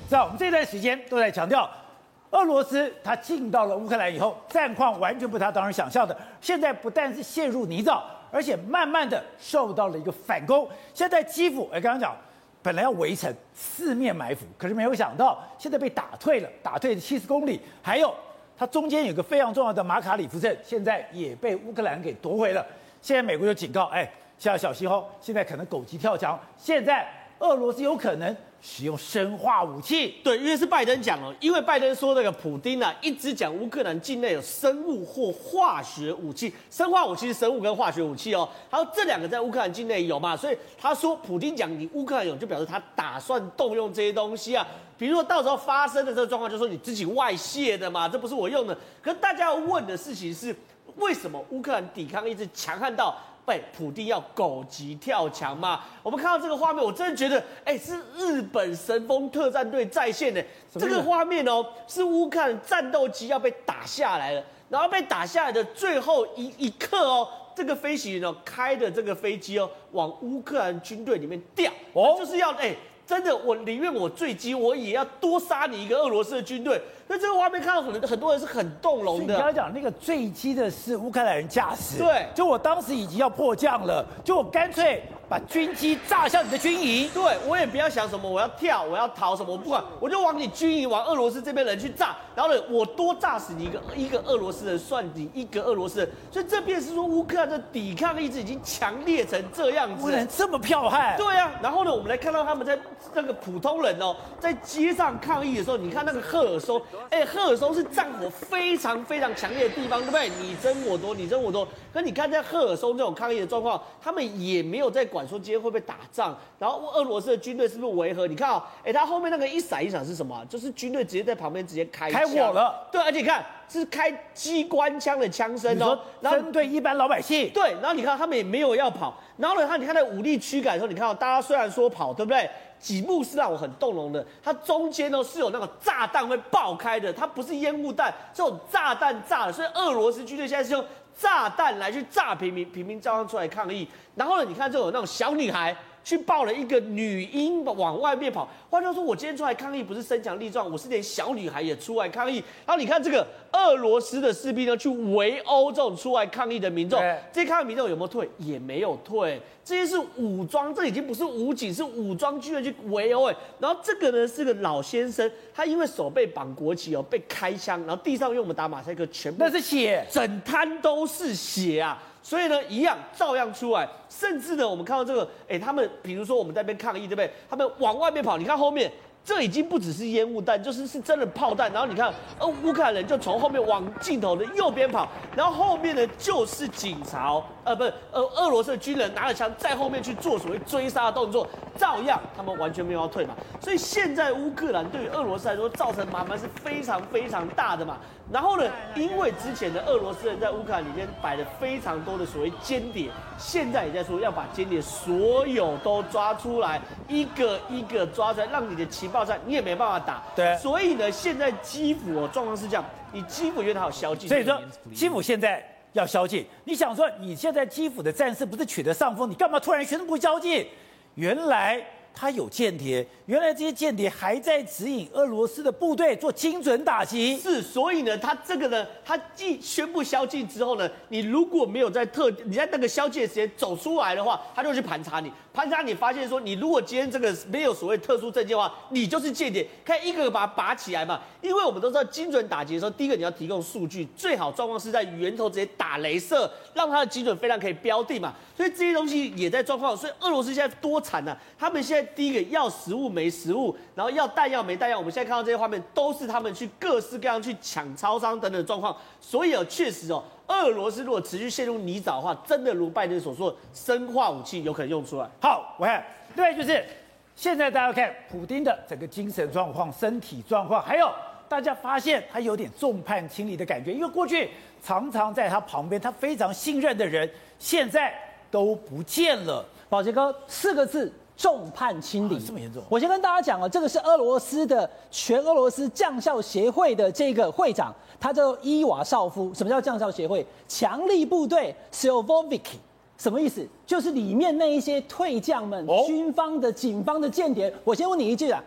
在我们这段时间都在强调，俄罗斯它进到了乌克兰以后，战况完全不是他当时想象的。现在不但是陷入泥沼，而且慢慢的受到了一个反攻。现在基辅，刚刚讲，本来要围城，四面埋伏，可是没有想到现在被打退了，打退了70公里。还有，它中间有个非常重要的马卡里夫镇，现在也被乌克兰给夺回了。现在美国就警告，现在小心哦，现在可能狗急跳墙，现在俄罗斯有可能使用生化武器。 对，因为是拜登讲哦，因为拜登说那个普丁啊，一直讲乌克兰境内有生物或化学武器，生化武器是生物跟化学武器哦，他说这两个在乌克兰境内有嘛，所以他说普丁讲你乌克兰有，就表示他打算动用这些东西啊。比如说到时候发生的这个状况，就说你自己外泄的嘛，这不是我用的。可是大家要问的事情是，为什么乌克兰抵抗一直强悍到被普丁要狗急跳墙嘛？我们看到这个画面，我真的觉得，是日本神风特战队再现的。这个画面哦，是乌克兰战斗机要被打下来了，然后被打下来的最后一刻哦，这个飞行员哦开的这个飞机哦，往乌克兰军队里面掉，就是要真的，我宁愿我坠机，我也要多杀你一个俄罗斯的军队。那这个画面看到很多人是很动容的。 你刚刚讲那个坠机的是乌克兰人驾驶， 对， 就我当时已经要迫降了，就我干脆把军机炸向你的军营。 对，我也不要想什么我要跳，我要逃什么，我不管，我就往你军营，往俄罗斯这边人去炸。然后呢，我多炸死你一个俄罗斯人，算你一个俄罗斯人。所以这便是说乌克兰的抵抗意志已经强烈成这样子， 不能这么剽悍。 对啊，然后呢，我们来看到他们在那个普通人哦，在街上抗议的时候，你看那个赫尔松，赫尔松是战火非常非常强烈的地方，对不对？你争我夺，你争我夺。可你看在赫尔松这种抗议的状况，他们也没有在管说今天会不会打仗，然后俄罗斯的军队是不是维和？你看哦，他后面那个一闪一闪是什么？就是军队直接在旁边直接开火了。 对，而且你看是开机关枪的枪声哦， 然后针对一般老百姓。 对，然后你看他们也没有要跑，然后呢，你看在武力驱赶的时候，你看到大家虽然说跑，对不对？几幕是让我很动容的，它中间呢是有那个炸弹会爆开的，它不是烟雾弹，这种炸弹炸的，所以俄罗斯军队现在是用炸弹来去炸平民照样出来抗议。然后呢，你看这种那种小女孩去抱了一个女婴往外面跑，换句话说，我今天出来抗议不是身强力壮，我是连小女孩也出来抗议。然后你看这个俄罗斯的士兵呢，去围殴这种出来抗议的民众，这些抗议民众有没有退？也没有退。这些是武装，这已经不是武警，是武装军人去围殴。然后这个呢是个老先生，他因为手被绑国旗哦，被开枪，然后地上用我们打马赛克，全部那是血， 整滩都是血啊！所以呢，一样照样出来，甚至呢，我们看到这个，他们比如说我们在那边抗议，对不对？他们往外面跑，你看后面。这已经不只是烟雾弹，是真的炮弹。然后你看，乌克兰人就从后面往镜头的右边跑，然后后面呢就是警察俄罗斯的军人拿着枪在后面去做所谓追杀的动作，照样他们完全没有要退嘛。所以现在乌克兰对于俄罗斯来说造成麻烦是非常非常大的嘛。然后呢，因为之前的俄罗斯人在乌克兰里面摆了非常多的所谓间谍，现在也在说要把间谍所有都抓出来，一个一个抓出来，让你的情报战你也没办法打。 对， 所以呢，现在基辅状况是这样，你基辅因为它有宵禁， 所以说基辅现在要宵禁。你想说你现在基辅的战事不是取得上风，你干嘛突然宣布宵禁？原来他有间谍，原来这些间谍还在指引俄罗斯的部队做精准打击。 是，所以呢，他这个呢，他既宣布宵禁之后呢，你如果没有你在那个宵禁的时间走出来的话，他就去盘查你。盘查你发现说，你如果今天这个没有所谓特殊证件的话，你就是间谍，看一个个把它拔起来嘛。因为我们都知道精准打击的时候，第一个你要提供数据，最好状况是在源头直接打雷射，让它的精准飞量可以标定嘛。所以这些东西也在状况，所以俄罗斯现在多惨啊！他们现在第一个要食物没食物，然后要弹药没弹药。我们现在看到这些画面，都是他们去各式各样去抢超商等等的状况。所以确实俄罗斯如果持续陷入泥沼的话，真的如拜登所说，生化武器有可能用出来。 好，我看另外就是现在大家看普丁的整个精神状况、身体状况，还有大家发现他有点众叛亲离的感觉，因为过去常常在他旁边，他非常信任的人，现在都不见了。 宝杰哥4个字。众叛亲离， 这么严重？ 我先跟大家讲这个是俄罗斯的全俄罗斯将校协会的这个会长，他叫伊瓦绍夫。什么叫将校协会？强力部队 Siloviki， 什么意思？就是里面那一些退将们、军方的、警方的间谍。我先问你一句啊，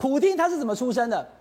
普丁他是怎么出身的？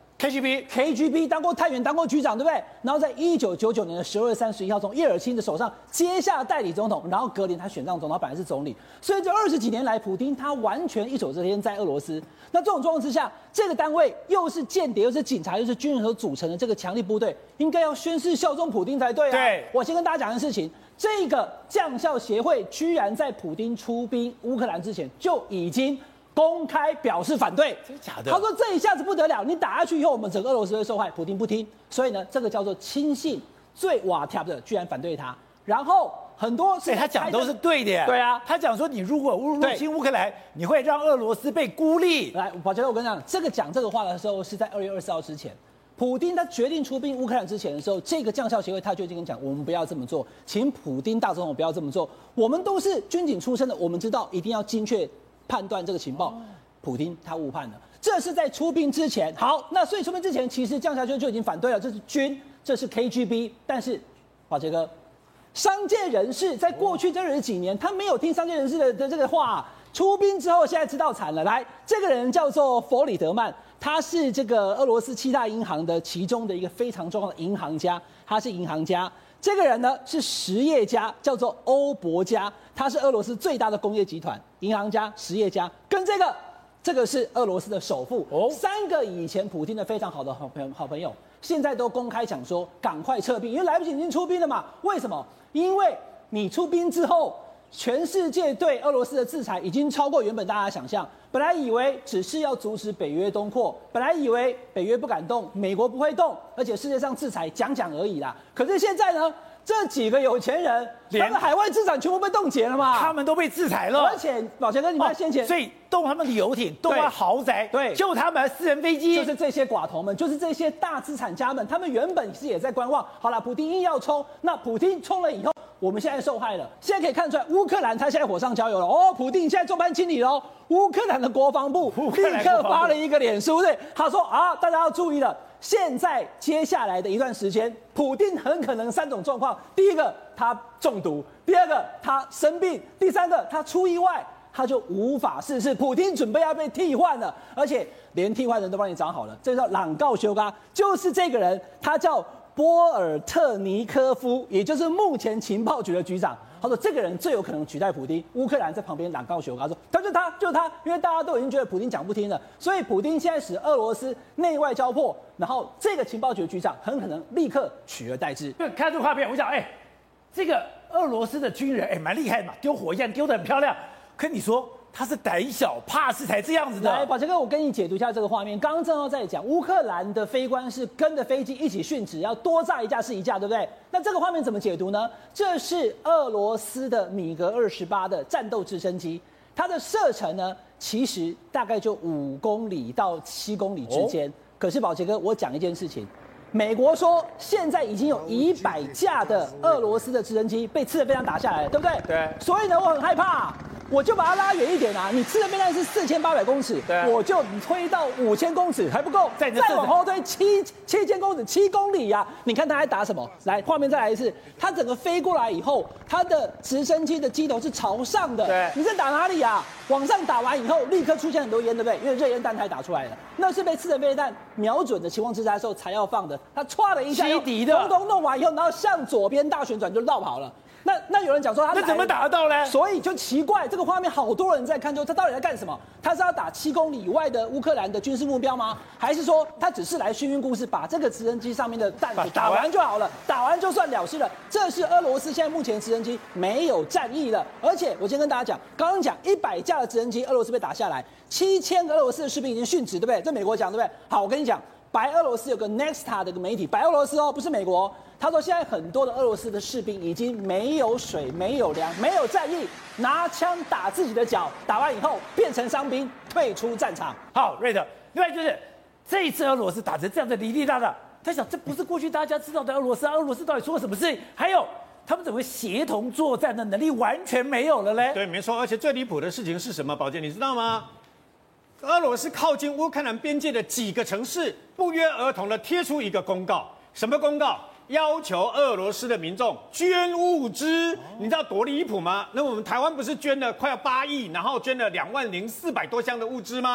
KGB 当过探员，当过局长，对不对？然后在1999年的12月31号，从叶尔钦的手上接下代理总统，然后隔年他选上总统，他本来是总理。所以这20几年来，普丁他完全一手遮天在俄罗斯。那这种状况之下，这个单位又是间谍，又是警察，又是军人所组成的这个强力部队，应该要宣誓效忠普丁才对啊。 对， 我先跟大家讲一件事情，这个将校协会居然在普丁出兵乌克兰之前就已经公开表示反对， 真假的？ 他说这一下子不得了，你打下去以后，我们整个俄罗斯会受害。普丁不听，所以呢，这个叫做亲信最瓦条的，居然反对他。然后很多是他讲都是对的耶。 对啊， 他讲说你如果入侵乌克兰，你会让俄罗斯被孤立。 来，宝杰，我跟你讲，讲这个话的时候是在2月24号之前。普丁他决定出兵乌克兰之前的时候，这个将校协会他就已经跟讲，我们不要这么做，请普丁大总统不要这么做。我们都是军警出身的，我们知道一定要精确判断这个情报。普丁他误判了，这是在出兵之前。好，那所以出兵之前，其实将校就已经反对了，这是军，这是 KGB。但是，宝杰哥，商界人士在过去这20几年，他没有听商界人士的这个话。出兵之后，现在知道惨了。来，这个人叫做弗里德曼，他是这个俄罗斯7大银行的其中的一个非常重要的银行家，他是银行家。这个人呢是实业家，叫做欧伯加，他是俄罗斯最大的工业集团，银行家、实业家，跟这个是俄罗斯的首富，3个以前普丁的非常好的好朋友，现在都公开讲说赶快撤兵，因为来不及已经出兵了嘛。为什么？因为你出兵之后，全世界对俄罗斯的制裁已经超过原本大家的想象。本来以为只是要阻止北约东扩，本来以为北约不敢动，美国不会动，而且世界上制裁讲而已啦。可是现在呢？这几个有钱人，他们海外资产全部被冻结了嘛？ 他们都被制裁了。 而且，宝强哥，你看先前， 所以动他们的游艇，动他豪宅， 对， 就他们私人飞机， 就是这些寡头们，就是这些大资产家们，他们原本是也在观望。好了，普丁硬要冲，那普丁冲了以后，我们现在受害了。现在可以看出来，乌克兰他现在火上浇油了。哦，普丁现在众叛亲离喽。乌克兰的国防部立刻发了一个脸书，对，他说啊，大家要注意了。现在接下来的一段时间，普丁很可能3种状况：第一个，他中毒；第二个，他生病；第三个，他出意外，他就无法事事。普丁准备要被替换了，而且连替换人都帮你找好了。这叫朗高修嘎，就是这个人，他叫波尔特尼科夫，也就是目前情报局的局长。他说这个人最有可能取代普丁。乌克兰在旁边朗高修，他说就是他，因为大家都已经觉得普丁讲不听了，所以普丁现在使俄罗斯内外交迫，然后这个情报局的局长很可能立刻取而代之。 看这个画面，我想，这个俄罗斯的军人，蛮厉害的嘛，丢火箭丢得很漂亮。可你说他是胆小怕事才这样子的。 来，宝强哥，我跟你解读一下这个画面。刚刚正好在讲，乌克兰的飞官是跟着飞机一起殉职，要多炸一架是一架，对不对？那这个画面怎么解读呢？这是俄罗斯的米格28的战斗直升机，它的射程呢，其实大概就5公里到7公里之间。可是宝杰哥，我讲一件事情，美国说现在已经有100架的俄罗斯的直升机被刺的飞弹打下来了，对不对？ 对。 所以呢，我很害怕。我就把它拉远一点啊！你吃的飞弹是4800公尺，我就推到5000公尺还不够，再往后推7000公尺7公里啊！你看它还打什么？来，画面再来一次，它整个飞过来以后，它的直升机的机头是朝上的， 对， 你在打哪里啊？往上打完以后，立刻出现很多烟，对不对？因为热烟弹台打出来了，那是被刺的飞弹瞄准的情况之下的时候才要放的。它唰了一下， 击敌的， 通通弄完以后，然后向左边大旋转就绕跑了。那有人讲说他那怎么打得到呢？ 所以就奇怪，这个画面好多人在看，就他到底在干什么？他是要打7公里以外的乌克兰的军事目标吗？还是说他只是来训练故事，把这个直升机上面的弹打完就好了，打完就算了事了？这是俄罗斯现在目前直升机没有战役了，而且我先跟大家讲，刚刚讲100架的直升机，俄罗斯被打下来，7000个俄罗斯的士兵已经殉职，对不对？这美国讲对不对？好，我跟你讲。白俄罗斯有个 Nexta 的一个媒体，白俄罗斯不是美国。他说现在很多的俄罗斯的士兵已经没有水、没有粮、没有战役，拿枪打自己的脚，打完以后变成伤兵，退出战场。 好，瑞德，另外就是这一次俄罗斯打成这样的哩哩啦啦，他想这不是过去大家知道的俄罗斯，俄罗斯到底出了什么事情？还有他们怎么协同作战的能力完全没有了嘞？ 对，没错，而且最离谱的事情是什么？宝剑，你知道吗？俄罗斯靠近乌克兰边界的几个城市不约而同的贴出一个公告，什么公告？要求俄罗斯的民众捐物资，你知道多离谱吗？那我们台湾不是捐了快要8亿，然后捐了20400多箱的物资吗？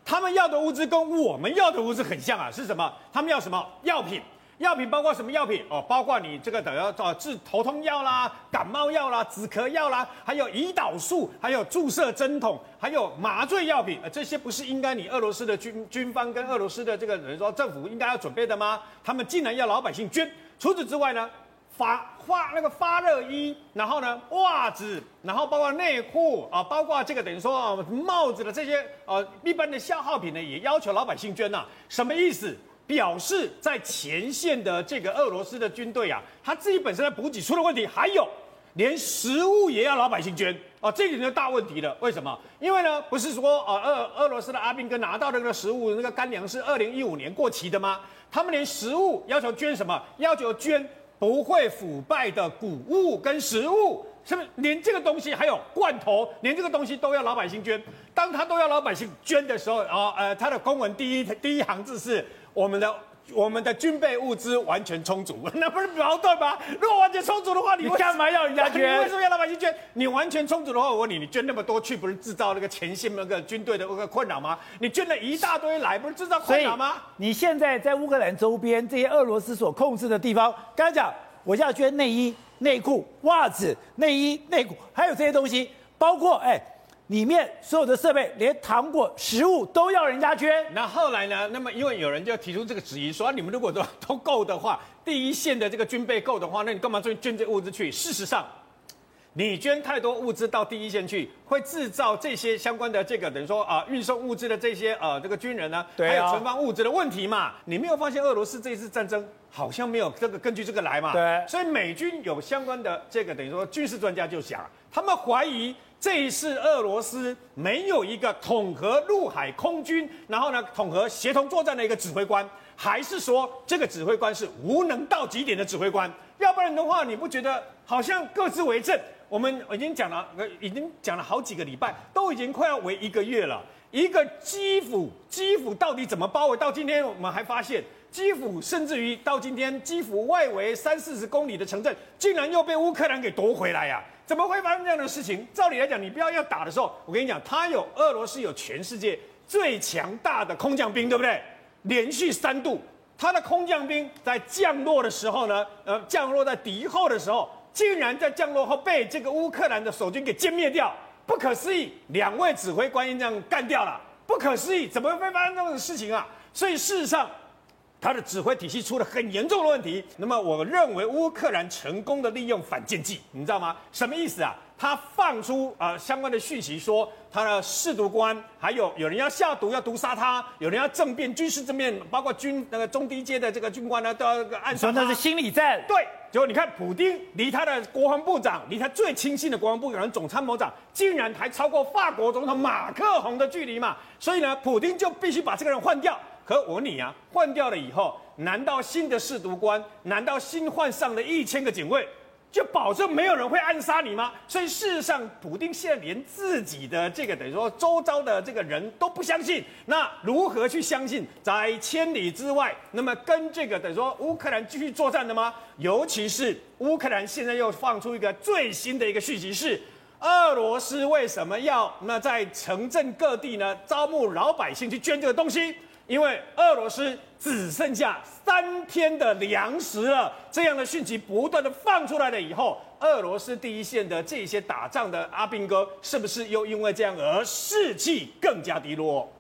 他们要的物资跟我们要的物资很像啊，是什么？他们要什么？药品。药品包括什么药品？哦，包括你这个治头痛药啦、感冒药啦、止咳药啦，还有胰岛素，还有注射针筒，还有麻醉药品。这些不是应该你俄罗斯的军方跟俄罗斯的这个人说政府应该要准备的吗？他们竟然要老百姓捐。除此之外呢，发热衣，然后呢袜子，然后包括内裤啊，包括这个等于说帽子的这些一般的消耗品呢，也要求老百姓捐呐。什么意思？表示在前线的这个俄罗斯的军队啊，他自己本身的补给出了问题，还有连食物也要老百姓捐哦，这点就大问题了。为什么？因为呢，不是说俄罗斯的阿兵哥拿到的那个食物那个干粮是2015年过期的吗？他们连食物要求捐什么？要求捐不会腐败的谷物跟食物。是不是连这个东西还有罐头，连这个东西都要老百姓捐？当他都要老百姓捐的时候，他的公文第一行字是我们的军备物资完全充足，那不是矛盾吗？如果完全充足的话，你干嘛要人家捐？ 你为什么要老百姓捐？你完全充足的话，我问你，你捐那么多去，不是制造那个前线那个军队的那个困扰吗？你捐了一大堆来，不是制造困扰吗？ 你现在在乌克兰周边这些俄罗斯所控制的地方，刚才讲我要捐内衣、内裤、袜子、内衣、内裤，还有这些东西，包括里面所有的设备，连糖果、食物都要人家捐。 那后来呢？那么因为有人就提出这个质疑，说你们如果都够的话，第一线的这个军备够的话，那你干嘛捐这物资去？事实上，你捐太多物资到第一线去，会制造这些相关的这个等于说运送物资的这些这个军人呢，还有存放物资的问题嘛。你没有发现俄罗斯这一次战争好像没有这个根据这个来嘛？ 对。 所以美军有相关的这个等于说军事专家就想，他们怀疑。这一次俄罗斯没有一个统合陆海空军，然后呢统合协同作战的一个指挥官，还是说这个指挥官是无能到极点的指挥官？要不然的话，你不觉得好像各自为政？我们已经讲了好几个礼拜，都已经快要为1个月了。一个基辅到底怎么包围？到今天我们还发现，基辅甚至于到今天，基辅外围30-40公里的城镇，竟然又被乌克兰给夺回来呀！怎么会发生这样的事情？照理来讲，你不要打的时候，我跟你讲，俄罗斯有全世界最强大的空降兵，对不对？连续3度，他的空降兵在降落的时候呢，降落在敌后的时候，竟然在降落后被这个乌克兰的守军给歼灭掉，不可思议！2位指挥官这样干掉了，不可思议！怎么会发生这种事情啊？所以事实上，他的指挥体系出了很严重的问题。那么我认为乌克兰成功的利用反间计，你知道吗？什么意思啊？他放出相关的讯息说，他的士毒官还有人要下毒要毒杀他，有人要政变军事政变，包括那个中低阶的这个军官呢都要暗杀他。 那是心理战。 对，结果你看普丁离他的国防部长，离他最亲信的国防部长总参谋长，竟然还超过法国总统马克宏的距离嘛。所以呢，普丁就必须把这个人换掉。可我问你啊，换掉了以后，难道新的士毒官，难道新换上的1000个警卫，就保证没有人会暗杀你吗？所以事实上，普丁现在连自己的这个等于说周遭的这个人都不相信，那如何去相信在千里之外，那么跟这个等于说乌克兰继续作战的吗？尤其是乌克兰现在又放出一个最新的一个讯息是，俄罗斯为什么要在城镇各地呢招募老百姓去捐这个东西？因为俄罗斯只剩下3天的粮食了，这样的讯息不断的放出来了以后，俄罗斯第一线的这些打仗的阿兵哥，是不是又因为这样而士气更加低落？